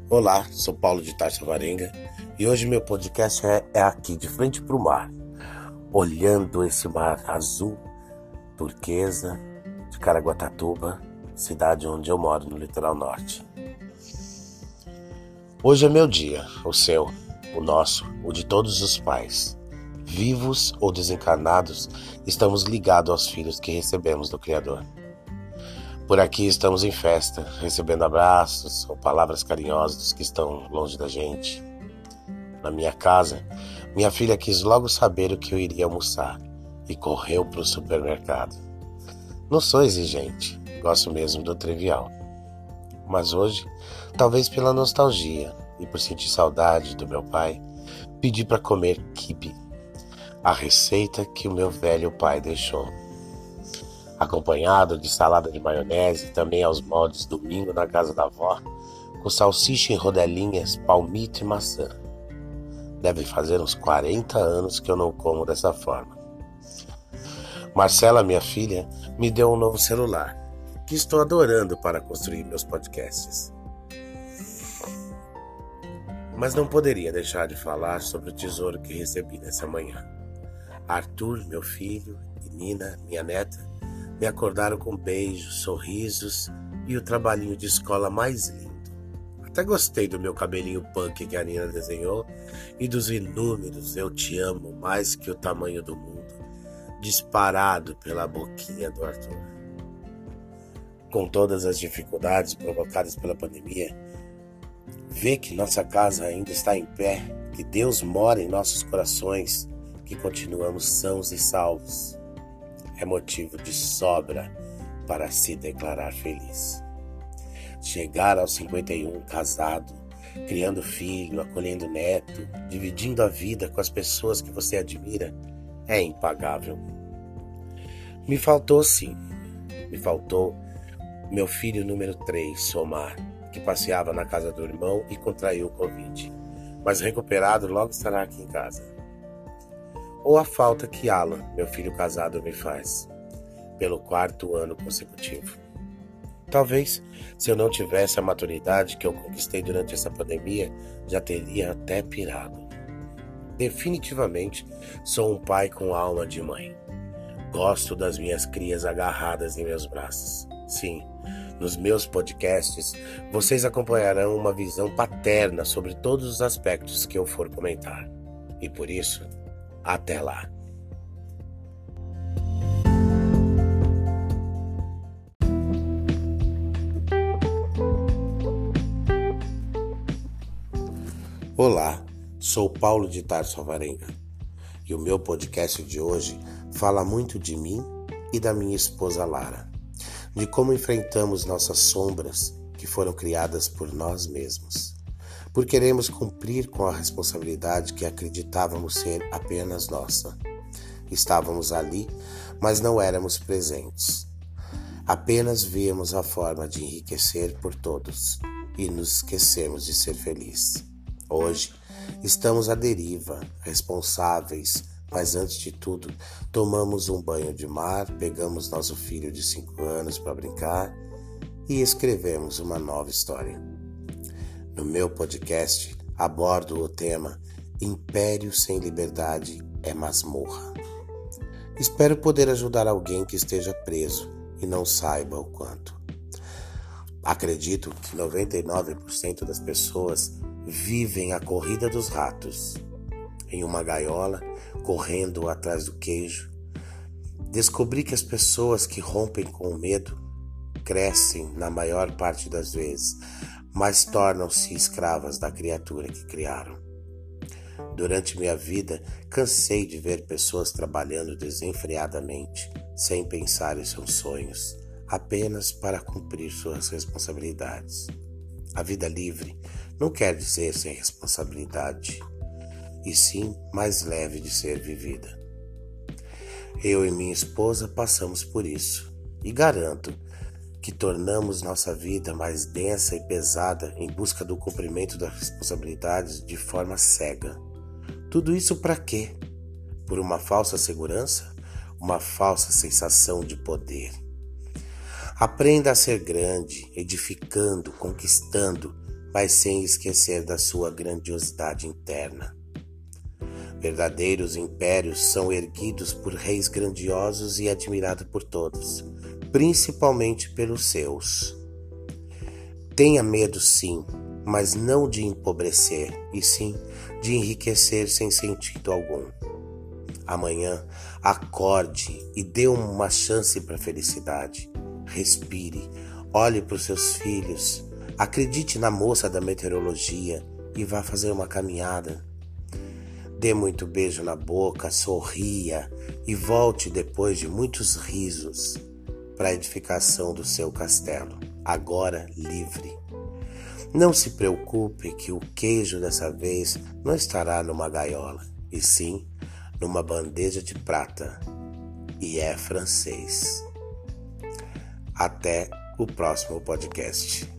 Olá, sou Paulo de Tarso Varenga e hoje meu podcast é aqui de frente para o mar, olhando esse mar azul, turquesa, de Caraguatatuba, cidade onde eu moro no litoral norte. Hoje é meu dia, o seu, o nosso, o de todos os pais. Vivos ou desencarnados, estamos ligados aos filhos que recebemos do Criador. Por aqui estamos em festa, recebendo abraços ou palavras carinhosas dos que estão longe da gente. Na minha casa, minha filha quis logo saber o que eu iria almoçar e correu para o supermercado. Não sou exigente, gosto mesmo do trivial. Mas hoje, talvez pela nostalgia e por sentir saudade do meu pai, pedi para comer quibe, a receita que o meu velho pai deixou. Acompanhado de salada de maionese, também aos moldes domingo na casa da avó, com salsicha em rodelinhas, palmito e maçã. Deve fazer uns 40 anos que eu não como dessa forma. Marcela, minha filha, me deu um novo celular, que estou adorando para construir meus podcasts. Mas não poderia deixar de falar sobre o tesouro que recebi nessa manhã. Arthur, meu filho, e Nina, minha neta, me acordaram com beijos, sorrisos e o trabalhinho de escola mais lindo. Até gostei do meu cabelinho punk que a Nina desenhou e dos inúmeros "eu te amo" mais que o tamanho do mundo, disparado pela boquinha do Arthur. Com todas as dificuldades provocadas pela pandemia, ver que nossa casa ainda está em pé, que Deus mora em nossos corações, que continuamos sãos e salvos, é motivo de sobra para se declarar feliz. Chegar aos 51 casado, criando filho, acolhendo neto, dividindo a vida com as pessoas que você admira, é impagável. Me faltou meu filho número 3, Somar, que passeava na casa do irmão e contraiu o Covid, mas recuperado logo estará aqui em casa. Ou a falta que Alan, meu filho casado, me faz, pelo 4º ano consecutivo. Talvez, se eu não tivesse a maturidade que eu conquistei durante essa pandemia, já teria até pirado. Definitivamente, sou um pai com alma de mãe. Gosto das minhas crias agarradas em meus braços. Sim, nos meus podcasts, vocês acompanharão uma visão paterna sobre todos os aspectos que eu for comentar. E por isso, até lá. Olá, sou Paulo de Tarso Varenga e o meu podcast de hoje fala muito de mim e da minha esposa Lara, de como enfrentamos nossas sombras que foram criadas por nós mesmos, por queremos cumprir com a responsabilidade que acreditávamos ser apenas nossa. Estávamos ali, mas não éramos presentes. Apenas víamos a forma de enriquecer por todos e nos esquecemos de ser felizes. Hoje, estamos à deriva, responsáveis, mas antes de tudo, tomamos um banho de mar, pegamos nosso filho de 5 anos para brincar e escrevemos uma nova história. No meu podcast, abordo o tema Império sem liberdade é masmorra. Espero poder ajudar alguém que esteja preso e não saiba o quanto. Acredito que 99% das pessoas vivem a corrida dos ratos, em uma gaiola, correndo atrás do queijo. Descobri que as pessoas que rompem com o medo crescem na maior parte das vezes, mas tornam-se escravas da criatura que criaram. Durante minha vida, cansei de ver pessoas trabalhando desenfreadamente, sem pensar em seus sonhos, apenas para cumprir suas responsabilidades. A vida livre não quer dizer sem responsabilidade, e sim mais leve de ser vivida. Eu e minha esposa passamos por isso, e garanto que tornamos nossa vida mais densa e pesada em busca do cumprimento das responsabilidades de forma cega. Tudo isso para quê? Por uma falsa segurança? Uma falsa sensação de poder. Aprenda a ser grande, edificando, conquistando, mas sem esquecer da sua grandiosidade interna. Verdadeiros impérios são erguidos por reis grandiosos e admirados por todos, principalmente pelos seus. Tenha medo, sim, mas não de empobrecer, e sim de enriquecer sem sentido algum. Amanhã, acorde e dê uma chance para a felicidade. Respire, olhe para os seus filhos, acredite na moça da meteorologia e vá fazer uma caminhada. Dê muito beijo na boca, sorria e volte depois de muitos risos para a edificação do seu castelo, agora livre. Não se preocupe que o queijo dessa vez não estará numa gaiola, e sim numa bandeja de prata, e é francês. Até o próximo podcast.